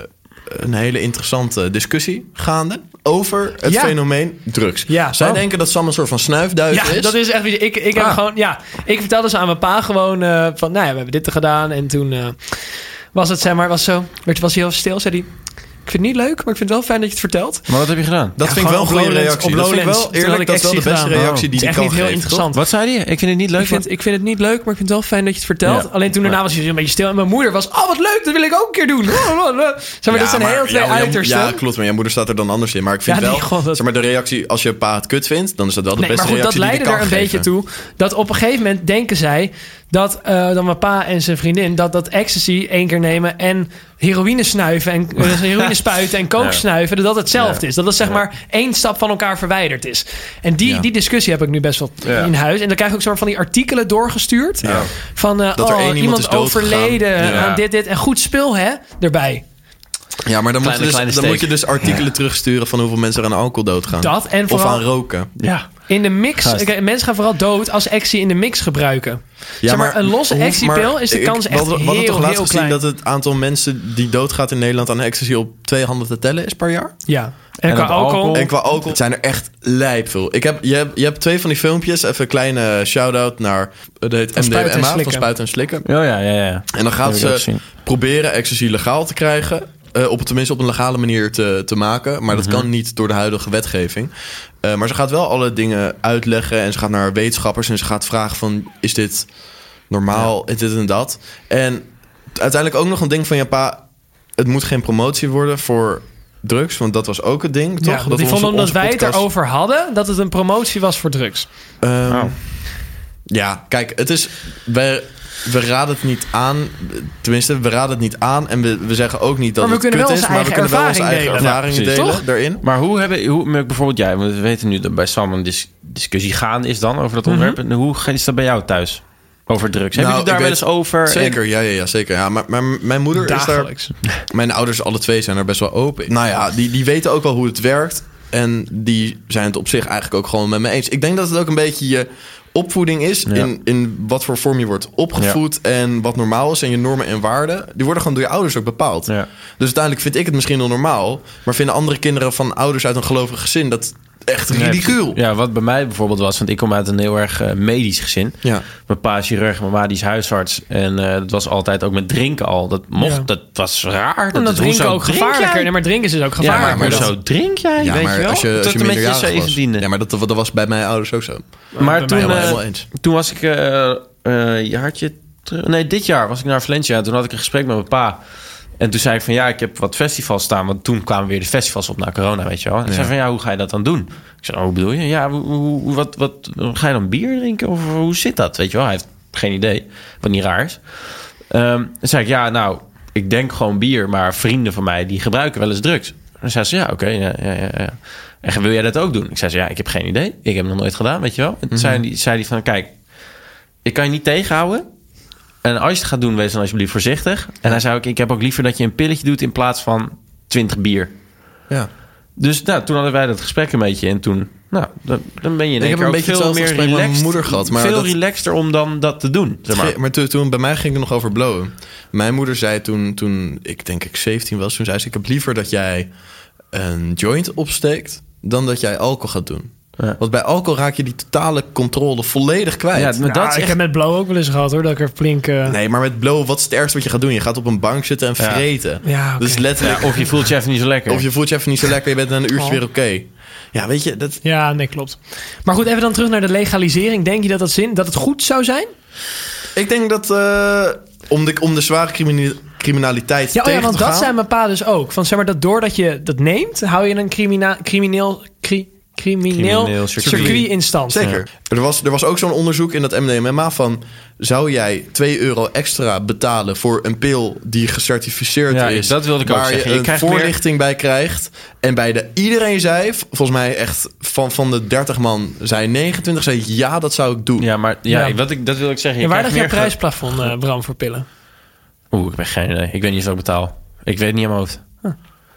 een hele interessante discussie gaande over het Ja. fenomeen drugs. Ja. Zij Oh. denken dat Sam een soort van snuifduif Ja, is. dat is echt... Ik, ik heb Ah. gewoon... Ja, ik vertelde ze aan mijn pa gewoon uh, van... Nou ja, we hebben dit gedaan. En toen uh, was het, zeg maar, was zo... Werd, was hij heel stil, zei hij... Ik vind het niet leuk, maar ik vind het wel fijn dat je het vertelt. Maar wat heb je gedaan? Dat Ja, vind ik wel een gewoon goede op reactie. Lowlands- Dat op vind ik wel Lowlands. Toen eerlijk, had dat ik is wel de ecstasy beste gedaan. reactie die Het is die echt kan niet heel geven, interessant. toch? Wat zei hij? Ik vind het niet leuk. Ik vind, ik vind het niet leuk, maar ik vind het wel fijn dat je het vertelt. Ja. Alleen toen daarna was hij een beetje stil. En mijn moeder was, oh wat leuk, dat wil ik ook een keer doen. Zeg maar, dat zijn maar- heel twee ja, maar jouw- uitersten. Ja, klopt. Maar jouw moeder staat er dan anders in. Maar ik vind Ja, nee, wel, gewoon dat- zeg maar, de reactie... Als je pa het kut vindt, dan is dat wel de Nee, maar beste goed, dat reactie die je leidde kan er een geven. beetje toe dat op een gegeven moment denken zij dat uh, dan mijn pa en zijn vriendin dat dat ecstasy één keer nemen en heroïne snuiven en uh, heroïne spuiten en coke Ja. snuiven, dat dat hetzelfde Ja. is. Dat dat zeg Ja. maar één stap van elkaar verwijderd is. En die, Ja. die discussie heb ik nu best wel Ja. in huis. En dan krijg ik ook soort van die artikelen doorgestuurd Ja. van uh, Dat er oh, één iemand is overleden doodgegaan. Ja. aan dit, dit en goed spul hè, erbij. Ja, maar dan, moet, Kleine- je dus, kleine dan steek. moet je dus artikelen terugsturen van hoeveel mensen er aan alcohol doodgaan. Dat en Of vooral aan roken. Ja. in de mix. Gast. Kijk, mensen gaan vooral dood als ecstasy in de mix gebruiken. Ja, zeg maar, een losse hoe- ecstasy-pil maar is de ik- kans we echt hadden- we hadden heel, toch laatst heel gezien klein. dat het aantal mensen die doodgaat in Nederland aan ecstasy op twee handen te tellen is per jaar? Ja. En, En qua op alcohol. alcohol? En qua alcohol het zijn er echt lijpveel. Ik heb, je, hebt, je hebt twee van die filmpjes. Even een kleine shout-out naar... Het heet Van Spuiten en M D M A, van Slikken. Spuiten en Slikken. Oh ja, ja, ja. En dan gaat Heb ik ook ze gezien. proberen ecstasy legaal te krijgen. Uh, op, tenminste op een legale manier te, te maken. Maar dat kan niet door de huidige wetgeving. Uh, maar ze gaat wel alle dingen uitleggen. En ze gaat naar wetenschappers. En ze gaat vragen van... Is dit normaal? Is dit en dat? En uiteindelijk ook nog een ding van... Ja, pa, het moet geen promotie worden voor drugs. Want dat was ook het ding, toch? Ja, want die onze- vonden omdat onze wij het podcast- erover hadden, dat het een promotie was voor drugs. Um, Oh. Ja, kijk, het is... Wij, we raden het niet aan. Tenminste, we raden het niet aan. En we, we zeggen ook niet dat Maar we het kunnen kut wel is. onze Maar we eigen kunnen wel onze ervaring eigen delen. ervaringen Ja, precies. delen Toch? daarin. Maar hoe hebben, hoe, maar bijvoorbeeld jij, want we weten nu dat bij Sam een dis- discussie gaande is dan over dat Mhm. onderwerp. En hoe is dat bij jou thuis? Over drugs. Hebben Nou, jullie daar ik wel eens weet- over? Zeker, ja, ja, ja, zeker. Ja, maar, maar mijn moeder Dagelijks. is daar... Mijn ouders, alle twee, zijn er best wel open. Nou ja, die, die weten ook wel hoe het werkt. En die zijn het op zich eigenlijk ook gewoon met me eens. Ik denk dat het ook een beetje je opvoeding is. Ja. In, in wat voor vorm je wordt opgevoed. En wat normaal is. En je normen en waarden. Die worden gewoon door je ouders ook bepaald. Ja. Dus uiteindelijk vind ik het misschien wel normaal. Maar vinden andere kinderen van ouders uit een gelovig gezin... dat echt Nee, ridicuul. Ja, wat bij mij bijvoorbeeld was, want ik kom uit een heel erg uh, medisch gezin. Ja. Mijn pa is chirurg, mijn ma die is huisarts. En uh, dat was altijd ook met drinken al. Dat mocht, Ja. dat was raar. En dat is- drinken hoezo ook drink gevaarlijker. jij? Nee, maar drinken is dus ook Ja, gevaarlijker. maar, maar dan- zo drink jij, Ja, weet maar je wel? als je, als Tot je en met je minderjarig was. zeventiende. Ja, maar dat, dat was bij mijn ouders ook zo. Maar bij toen, mij wel uh, helemaal eens. toen was ik uh, uh, een jaartje terug. Nee, dit jaar was ik naar Valencia. En toen had ik een gesprek met mijn pa. En toen zei ik van ja, ik heb wat festivals staan. Want toen kwamen weer de festivals op na corona, weet je wel. En ik Ja. zei van ja, hoe ga je dat dan doen? Ik zei, oh, hoe bedoel je? Ja, hoe, hoe, wat, wat, ga je dan bier drinken? Of hoe zit dat? Weet je wel, hij heeft geen idee. Wat niet raar is. Um, dan zei ik, ja, nou, ik denk gewoon bier. Maar vrienden van mij, die gebruiken wel eens drugs. En dan zei ze, ja, oké, okay, ja, ja, ja, ja. En wil jij dat ook doen? Ik zei, ja, ik heb geen idee. Ik heb het nog nooit gedaan, weet je wel. En toen Mm-hmm. zei die, zei die van, kijk, ik kan je niet tegenhouden. En als je het gaat doen, wees dan alsjeblieft voorzichtig. En hij zei ook, ik heb ook liever dat je een pilletje doet in plaats van twintig bier. Ja. Dus nou, toen hadden wij dat gesprek een beetje. En toen, nou, dan, dan ben je in Ik één heb keer een ook beetje veel hetzelfde meer gesprek met mijn relaxed. moeder gehad, maar veel dat- relaxter om dan dat te doen. Zeg maar. Maar, maar toen, toen, bij mij ging het nog over blowen. Mijn moeder zei toen, toen ik denk ik zeventien was... toen zei ze, ik heb liever dat jij een joint opsteekt... dan dat jij alcohol gaat doen. Ja. Want bij alcohol raak je die totale controle volledig kwijt. Ja, maar Ja, dat is ik echt... heb met blow ook wel eens gehad hoor, dat ik er flink... uh, Nee, maar met blowen, wat is het ergste wat je gaat doen? Je gaat op een bank zitten en Ja. vreten. Ja, oké. Dus letterlijk... Ja, of je voelt je even niet zo lekker. Of je voelt je even niet zo lekker, je bent na een uurtje Oh. weer oké. Ja, weet je, dat... Ja, nee, klopt. Maar goed, even dan terug naar de legalisering. Denk je dat, dat, zin, dat het goed zou zijn? Ik denk dat uh, om, de, om de zware crimine- criminaliteit Ja, oh tegen ja, want te dat gaan... zei mijn pa dus ook. Van, zeg maar, dat doordat je dat neemt, hou je een crimina, crimineel... Cri, crimineel, Crimineel circuit. circuit in stand. Zeker. Er, was, er was ook zo'n onderzoek in dat M D M A van... zou jij twee euro extra betalen voor een pil die gecertificeerd Ja, is... dat wilde ik ook waar zeggen. je Je een krijgt voorlichting bij krijgt. En bij de iedereen zei, volgens mij echt van, van de dertig man... zei negenentwintig, zei ja, dat zou ik doen. Ja, maar ja, Ja. Wat ik, dat wil ik zeggen. Je En waar ligt krijgt jouw meer ge- prijsplafond, uh, Bram, voor pillen? Oeh, ik ben geen idee. Ik weet niet of ik betaal. Ik weet het niet aan mijn hoofd. Huh.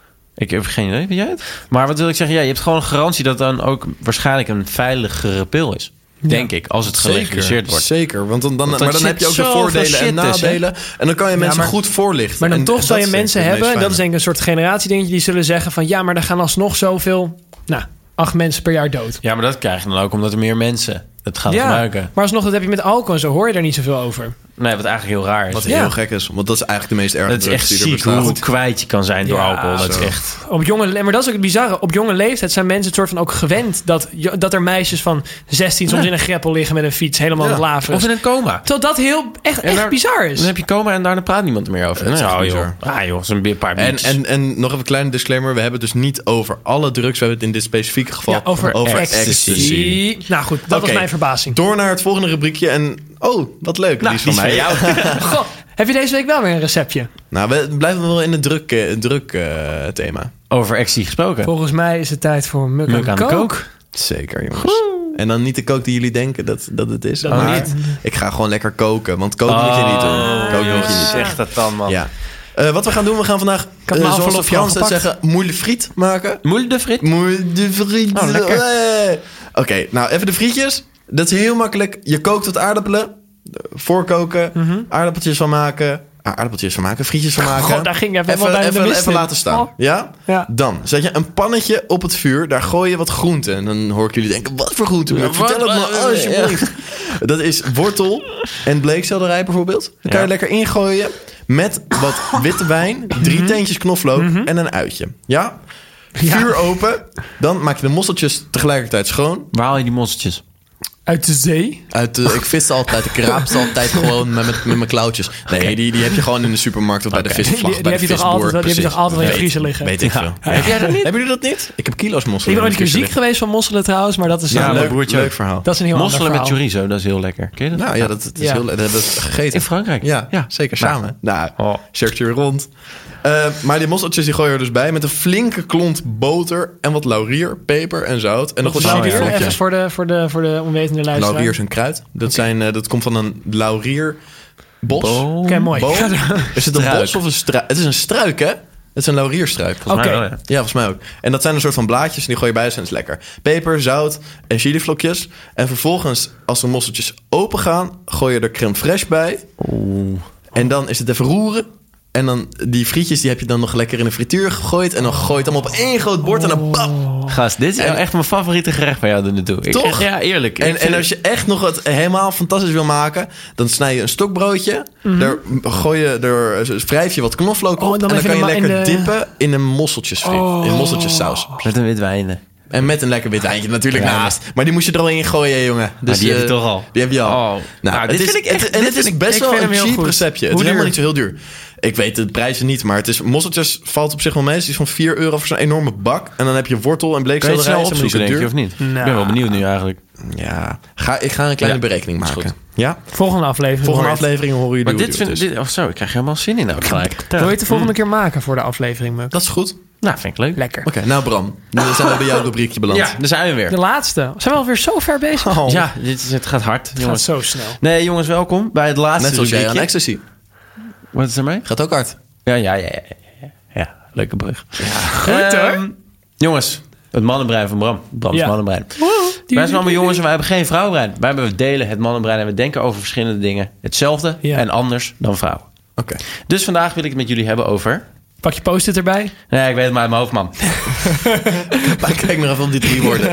Ik heb geen idee. Weet jij het? Maar wat wil ik zeggen? Ja, je hebt gewoon een garantie dat dan ook waarschijnlijk een veiligere pil is. Denk ik. Als het gelegaliseerd wordt. Zeker, want dan, dan, Want dan maar dan zit heb je ook de zoveel voordelen shit en tussen. nadelen. En dan kan je mensen maar- goed voorlichten. Maar dan En- toch en zou dat je is mensen denk ik het hebben... en dat meest is denk ik een soort generatiedingetje... die zullen zeggen van... ja, maar er gaan alsnog zoveel... nou, acht mensen per jaar dood. Ja, maar dat krijg je dan ook omdat er meer mensen het gaan Ja, gebruiken. maar alsnog, dat heb je met alcohol en zo... hoor je daar niet zoveel over. Nee, wat eigenlijk heel raar is. Wat Ja. heel gek is, want dat is eigenlijk de meest erge Dat is echt drugs die er ziek hoe bestaat. kwijt je kan zijn door Ja, alcohol. Dat zo. is echt... Op jonge, le- maar dat is ook het bizarre. Op jonge leeftijd zijn mensen het soort van ook gewend... dat, je- dat er meisjes van zestien soms Ja. in een greppel liggen met een fiets... helemaal Ja. aan het laven. Of in een coma. Terwijl dat heel, echt, En echt daar- bizar is. Dan heb je coma en daarna praat niemand er meer over. Dat is Nou, echt joh. bizar. Ah joh, zo'n paar En, biertjes. en, en nog even een kleine disclaimer. We hebben het dus niet over alle drugs. We hebben het in dit specifieke geval Ja, over, ecstasy. Nou goed, dat was Oké. mijn verbazing. Door naar het volgende rubriekje. En oh, wat leuk. Nou, die is van mij. Goh, heb je deze week wel weer een receptje? Nou, we blijven wel in het druk, eh, druk eh, thema. Over ecstasy gesproken. Volgens mij is het tijd voor Muk, Muk aan de kook. Zeker, jongens. En dan niet de kook die jullie denken dat, dat het is. Dat maar niet. ik ga gewoon lekker koken. Want koken moet je niet doen. Koken moet je niet doen. Zeg dat dan, man. Ja. Eh, wat we gaan doen, we gaan vandaag, had eh, mijn zoals de envelopje al Fransen gepakt. zeggen, moule friet maken. Moele de frit? Moule de friet. Oh, lekker. Eh. Oké, nou even de frietjes. Dat is heel makkelijk. Je kookt wat aardappelen. eh, Voorkoken. Mhm. Aardappeltjes van maken. Ah, aardappeltjes van maken. Frietjes van maken. God, daar ging ik even even, helemaal bij de even, mist even in. laten staan. Oh. Ja? Ja. Dan zet je een pannetje op het vuur. Daar gooi je wat groenten. En dan hoor ik jullie denken, wat voor groenten? Ja, Vertel wat- het me alsjeblieft. Dat is wortel en bleekselderij bijvoorbeeld. Dan kan Ja. je lekker ingooien met wat witte wijn, drie teentjes knoflook en een uitje. Ja? Ja. Vuur open. Dan maak je de mosseltjes tegelijkertijd schoon. Waar haal je die mosseltjes? Uit de zee. Uit de, ik vis altijd, ik raap ze altijd gewoon met, met, met mijn klauwtjes. Nee, die, die heb je gewoon in de supermarkt of bij de Oké. visvlag. Die- die bij heb de je toch visboer, altijd- die heb je precies. toch altijd wel in je Weet- vriezer liggen? Weet ik Ja. veel. Heb jij dat niet? Hebben jullie dat niet? Ik heb kilo's mosselen. Ik ben ooit in een de keer ziek vriezer geweest van mosselen trouwens, maar dat is, liggen. een, Ja, mijn leuk, broertje leuk ook. verhaal. dat is een heel Mosselen ander met verhaal. chorizo, dat is heel lekker. Ken je dat? Nou ja, dat, dat is Ja. heel, dat hebben we gegeten. In Frankrijk? Ja, Ja. zeker Nou. samen. Nou, Oh. cirkeltje weer rond. Uh, maar die mosseltjes die gooi je er dus bij met een flinke klont boter en wat laurier, peper en zout. En nog wat Laurier, chilivlokjes. even voor de, voor de, voor de onwetende luisteraar. Laurier is een kruid. Dat, zijn, uh, dat komt van een laurierbos. Boom. Oké, mooi. Boom. Is het een Struik. bos of een struik? Het is een struik, hè? Het is een laurierstruik. Volgens mij Oké. wel, ja. Ja, volgens mij ook. En dat zijn een soort van blaadjes en die gooi je bij, dat is lekker. Peper, zout en chilivlokjes. En vervolgens, als de mosseltjes open gaan, gooi je er crème fraîche bij. En dan is het even roeren. En dan die frietjes, die heb je dan nog lekker in de frituur gegooid. En dan gooi je het allemaal op één groot bord en dan bam. Gast, dit is En- echt mijn favoriete gerecht bij jou er naartoe. Ik- Toch? Ja, eerlijk. Ik En, vind en als je echt nog het helemaal fantastisch wil maken, dan snij je een stokbroodje. Daar gooi je, er wrijf je wat knoflook op. Oh, en en dan dan, even kan je in de- lekker in de- dippen in een mosseltjesfriet. Oh. In mosseltjessaus. Met een wit wijn. En met een lekker wit wijntje natuurlijk Ja, naast. Maar die moest je er al in gooien, jongen. Dus, die heb je eh, toch al? Die heb je al. Oh. Nou, het dit is, vind ik echt- het- En dit het is vind ik- best ik wel vind een hem heel cheap goed. receptje. Het Hoe is helemaal duur? niet zo heel duur. Ik weet de prijzen niet, maar het is mosseltjes valt op zich wel mee. Het is van vier euro voor zo'n enorme bak. En dan heb je wortel en Kan je het bleekselderij. snel Is helemaal opzoeken, denk niet je, zo of niet? Nou. Ik ben wel benieuwd nu eigenlijk. duur. Ja, ga, ik ga een kleine Ja, berekening is maken. goed. Ja? Volgende aflevering. Volgende hoor je het. aflevering horen jullie Maar hoe dit duur het vind is. dit, oh zo, ik krijg helemaal zin in nou gelijk. Wil je het de volgende keer maken voor de aflevering, Muk? Dat is goed. Oké, Nou, vind ik leuk. Lekker. nou Bram. Dan zijn we bij jouw rubriekje beland. Ja, daar zijn we weer. De laatste. Zijn we alweer zo ver bezig? Oh. Ja, dit is, het gaat hard, Het gaat jongens. zo snel. Nee, jongens, welkom bij het laatste Net zoals jij aan rubriekje. ecstasy. Wat is er mee? Gaat ook hard. Ja, ja, ja, ja, ja, ja. Leuke brug. Goed Ehm, hoor. Jongens, het mannenbrein van Bram. Brams Ja. mannenbrein. Wij zijn allemaal jongens en wij hebben geen vrouwenbrein. Wij hebben, we delen het mannenbrein en we denken over verschillende dingen. Hetzelfde Ja. en anders dan vrouwen. Oké. Dus vandaag wil ik het met jullie hebben over... Pak je post-it erbij. Nee, ik weet het maar uit mijn hoofd, man. Maar kijk nog even op die drie woorden.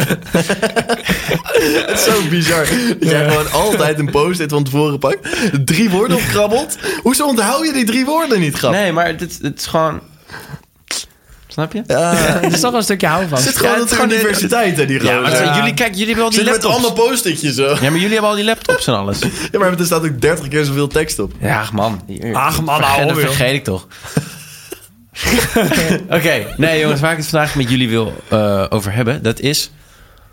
Het is zo bizar. Dat jij gewoon altijd een post-it van tevoren pakt. Drie woorden opkrabbelt. Hoezo onthoud je die drie woorden niet, grap? Nee, maar het, het is gewoon... Snap je? Ja, Het is toch wel een stukje houvast. zit gewoon Ja, op het de is gewoon- universiteit, hè, die Ja, gozer. maar Ja. jullie, kijk, jullie hebben al die Zit met laptops. allemaal post-itjes zo. Ja, maar jullie hebben al die laptops en alles. Ja, maar er staat ook dertig keer zoveel tekst op. Ja, man. Hier, Ach, man, vergeet, hou dat op, joh. vergeet ik toch. Oké, nee jongens, waar ik het vandaag met jullie wil eh, over hebben, dat is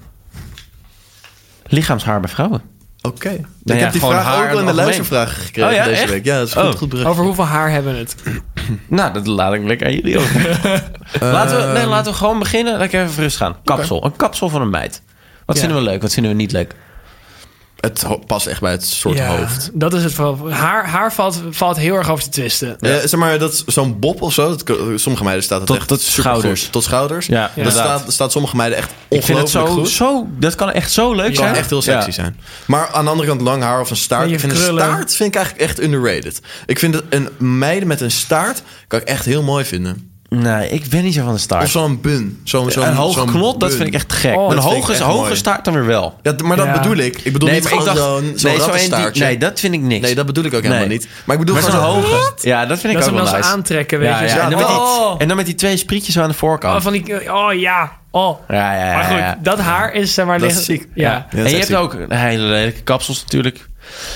Lichaamshaar bij vrouwen. Oké. Okay. Nou ik ja, heb die gewoon vraag haar ook wel in de algemeen. luistervragen gekregen Oh ja, deze echt? week. Ja, dat is goed, Oh. goed bericht. Over hoeveel haar hebben we het? Nou, dat laat ik lekker aan jullie over. laten, we, nee, laten we gewoon beginnen. Lekker even rustig gaan. Kapsel. Okay. Een kapsel van een meid. Wat Ja. vinden we leuk? Wat vinden we niet leuk? Het ho- past echt bij het soort Ja, hoofd. dat is het vooral. Haar, haar valt, valt heel erg over te twisten. Ja. Uh, zeg maar, dat is zo'n bob of zo. Dat, sommige meiden staat het Tot- echt tot supergoed. schouders. Tot schouders. Ja, dat inderdaad. staat, staat sommige meiden echt Ik vind het ongelooflijk zo, goed. zo... Dat kan echt zo leuk Het zijn. kan echt heel sexy Ja. zijn. Maar aan de andere kant lang haar of een staart. En je Ik vind een krullen. staart vind ik eigenlijk echt underrated. Ik vind het een meiden met een staart kan ik echt heel mooi vinden. Nee, ik ben niet zo van de staart. Of zo'n bun. Zo'n, zo'n, een hoge zo'n knot, dat bun. vind ik echt gek. Oh, een dat vind hoge, ik echt hoge mooi. staart dan weer wel. Ja, maar dat Ja. bedoel ik. Ik bedoel niet maar ik gewoon dacht- zo'n, zo'n nee, zo rattenstaartje. een die- nee, dat vind ik niks. Nee, dat bedoel ik ook helemaal Nee. niet. Maar ik bedoel maar gewoon zo'n zo'n hoge. Ja, dat vind ik Dat ze ook hem wel dan nice. zo aantrekken, weet Ja, je. ja, Zo, en, dan met die, oh. en dan met die twee sprietjes zo aan de voorkant. Oh, van die, oh ja, oh. Ja, ja, ja. Maar goed, ja. dat haar is zeg maar... Dat liggen- is ziek. Ja. Ja, dat en is je echt hebt ook hele lelijke kapsels natuurlijk.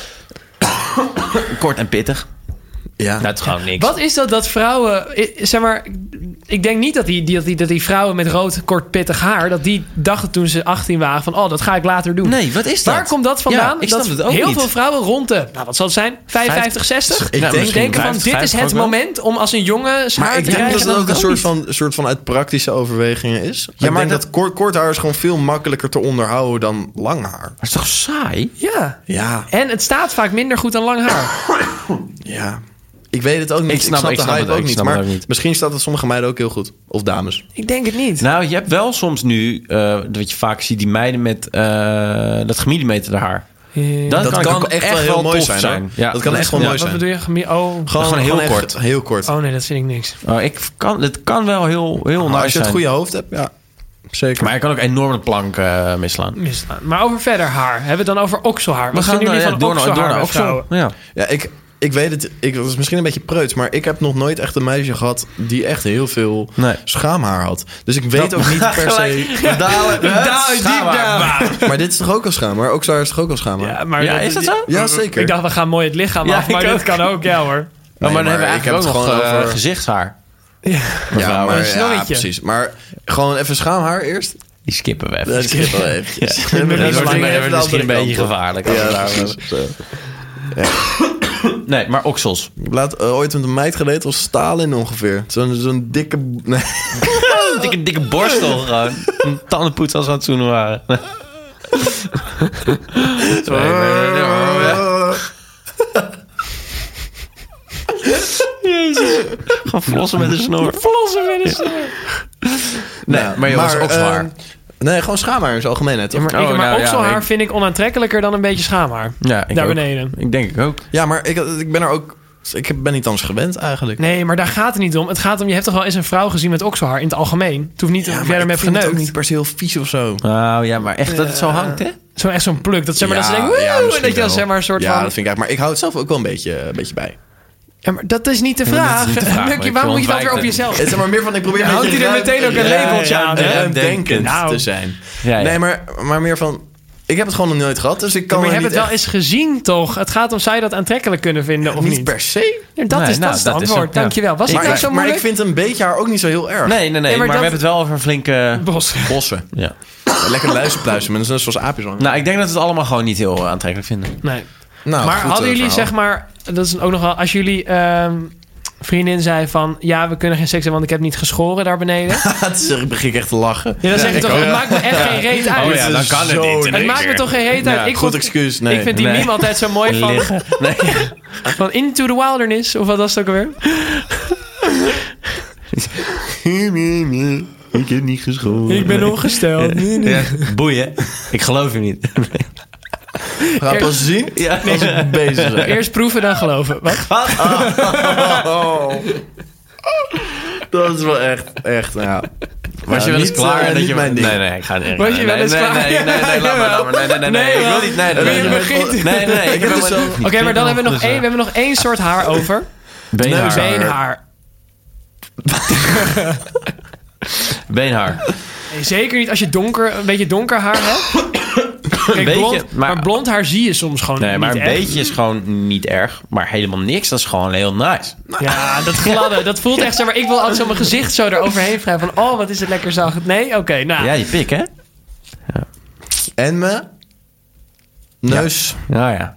Kort en pittig. Ja. Dat is gewoon niks. Wat is dat dat vrouwen... i- Zeg maar, ik denk niet dat die, die, dat die, dat die vrouwen met rood, kort, pittig haar... dat die dachten toen ze achttien waren van... oh, dat ga ik later doen. Nee, wat is dat? Waar komt dat vandaan? Ja, ik snap dat het ook heel niet. veel vrouwen rond de... Nou, wat zal het zijn? vijfenvijftig, zestig? Ik Nou, denk, misschien denken van, vijftig, dit is het vijftig ook wel. moment om als een jongen zijn haar maar ik te denk dat krijgen. het ook een dan- soort van, soort van uit praktische overwegingen is. Ja, maar ik denk dat- dat, kort, kort haar is gewoon veel makkelijker te onderhouden dan lang haar. Maar het is toch saai? Ja. Ja, En het staat vaak minder goed dan lang haar. ja. Ik weet het ook niet. Ik snap- ik de snap hype het ook, ook ik niet. snap Maar het ook niet. misschien staat het sommige meiden ook heel goed. Of dames. Ik denk het niet. Nou, je hebt wel soms nu, uh, wat je vaak ziet, die meiden met uh, dat gemillimeterde haar. Ja. Dat, Dat kan, kan ook echt wel heel mooi tof zijn, hoor. Ja, Dat kan echt wel ja. mooi Wat zijn. bedoel je? Gemi- Oh. Gewoon heel echt kort. Heel kort. oh nee, dat vind ik niks. Oh, ik kan, het kan wel heel, heel Maar nice als je het zijn. goede hoofd hebt, ja. Zeker. Maar je kan ook enorm de plank uh, mislaan. Mislaan. Maar over verder haar. Hebben we het dan over okselhaar? Wat We gaan vinden jullie uh, van door, naar- okselhaar door naar bij vrouwen? oksel. Ja. Ja, ik, ik weet het. Ik, dat is misschien een beetje preuts. Maar ik heb nog nooit echt een meisje gehad die echt heel veel Nee. schaamhaar had. Dus ik weet Dat- ook niet per se... Gelijk. We dalen, we dalen diep Schaamhaar. down. Maar dit is toch ook al schaamhaar? Ook zwaar is toch ook al schaamhaar? Ja, maar Ja, is dat zo? Ja, zeker. Ik dacht, we gaan mooi het lichaam Ja, af. Maar ik dit ook. kan ook, ja hoor. Oh, maar dan maar hebben we ik heb eigenlijk ook het nog gewoon uh, over- gezichtshaar. Ja. Ja, maar, een ja, snorretje. precies. Maar gewoon even schaamhaar eerst. Die skippen we even. Dat is wel eventjes. Ja. We Dat doen wordt even misschien- de wordt misschien een andere beetje kant op. gevaarlijk. als we Ja, daar- precies. Zo. Nee, maar oksels. Ik heb laat, uh, ooit met een meid geleden als Stalin ongeveer. Zo'n zo'n dikke... Nee. dikke, dikke borstel gewoon. Een tandenpoets als we aan het zoenen waren. Sorry, maar- ja. Jezus. Gewoon flossen met een snor. Flossen met een snor. Nee, Nou, maar jongens, maar, okselhaar. eh, nee, gewoon schaamhaar in zijn algemeenheid, toch? Ja, maar, Oh, ik, maar nou, ja, okselhaar ik- vind ik onaantrekkelijker dan een beetje schaamhaar. Ja, ik Daar ook. beneden. Ik denk ik ook. Ja, maar ik, ik ben er ook... Ik ben niet anders gewend eigenlijk. Nee, maar daar gaat het niet om. Het gaat om, je hebt toch wel eens een vrouw gezien met okselhaar in het algemeen. Het hoeft niet Ja, of maar jij ermee ik hebt vind het ook geneukt. niet per se heel vies of zo. Nou ja, maar echt dat het zo hangt, hè? Zo echt zo'n pluk. Dat, zeg maar, Ja, dat ze denken, ja, woe, en misschien dat je dan wel. zeg maar een soort Ja, van... dat vind ik eigenlijk. Maar ik hou het zelf ook wel een beetje, een beetje bij. Ja, maar dat is niet de Ja, dat vraag. is niet de vraag, maar Mukje, ik waarom moet je dat ontwijk weer op het. jezelf? Het is maar meer van, ik probeer Ja, een hangt beetje hij er ruim- meteen ook een Ja, labeltje ja, aan, ja, hè? ruimdenkend Nou. te zijn. Ja, ja. Nee, maar, maar meer van... Ik heb het gewoon nog nooit gehad, dus ik kan Maar je er hebt niet het wel echt- eens gezien, toch? Het gaat om, zou je dat aantrekkelijk kunnen vinden of niet, niet? per se. Ja, dat Nee, is, nou, dat is het dat is antwoord. ook, ja. Dankjewel. Was het Maar, nou zo maar ik moeilijk? vind een beetje haar ook niet zo heel erg. Nee, nee, nee. Nee, maar maar dat- we hebben het wel over een flinke... Bos. Bossen. Ja. Lekker luisterpluizen, maar dat is zoals aapjes. Nou, ik denk dat we het allemaal gewoon niet heel aantrekkelijk vinden. Nee. Nou, maar goed, hadden eh, jullie, verhaal. zeg maar... Dat is ook nog wel... Als jullie ehm, vriendin zei van... Ja, we kunnen geen seks hebben, want ik heb niet geschoren daar beneden. Toen zeg ik, begin ik echt te lachen. Ja, dan zeg je toch, het maakt me echt geen reet uit. Oh ja, dan kan het Zo niet. Het maakt me toch geen reet uit. Ja, ik goed vond, excuus. Nee. ik vind die Nee. meme altijd zo mooi van, Liggen. Nee. van Into the Wilderness. Of wat was het ook alweer? Ik heb niet geschoren. Ik ben ongesteld. Ja, boeien. Ik geloof je niet. We gaan pas zien Ja. als we bezig zijn. Eerst proeven, dan geloven. Wat? Oh. Dat is wel echt, echt, ja. Was je wel eens niet, klaar? eh, dat niet je, mijn ding. Nee, nee, ik ga niet. Was je wel nee, eens nee, klaar? Nee, nee, nee, laat maar, laat maar. Nee, nee, nee, nee, Nee, ik wil man. niet. Nee, Wil nee, je nee, begint? nee, nee, ik heb heb dus zo- Oké, maar dan hebben we nog één, we hebben nog één soort haar over. Beenhaar. Beenhaar. Beenhaar. Nee, zeker niet als je donker, een beetje donker haar hebt. Kijk, beetje, blond, maar, maar- blond haar zie je soms gewoon Nee, maar niet een echt. beetje is gewoon niet erg. Maar helemaal niks, dat is gewoon heel nice. Ja, dat gladde, dat voelt echt zo. Maar ik wil altijd zo mijn gezicht zo eroverheen wrijven. Van, oh, wat is het lekker zacht. Nee, oké, nou. Ja, je pik, hè? En me Neus. Ja, ja.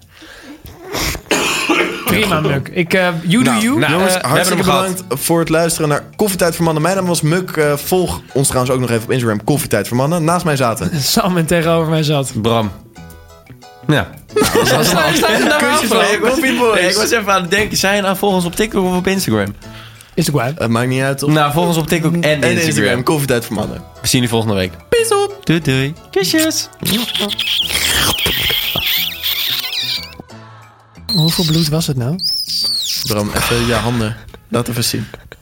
Prima, Muk. Ik, uh, you do Nou, you. nou, Jongens, eh, we hartstikke hebben hem bedankt voor het luisteren naar Koffietijd voor Mannen. Mijn naam was Muk. Uh, volg ons trouwens ook nog even op Instagram. Koffietijd voor Mannen. Naast mij zaten... Sam en tegenover mij zat. Bram. Ja. Kusjes Nee, Koffieboys. ik was even aan het denken. Zijn je nou volgens op TikTok of op Instagram? Instagram. Het maakt niet uit, toch? Nou, volgens op TikTok en, en Instagram. Instagram. Koffietijd voor Mannen. We zien jullie volgende week. Peace op. Doei doei. Kusjes. Hoeveel bloed was het nou? Bram, even je handen. Laat even zien.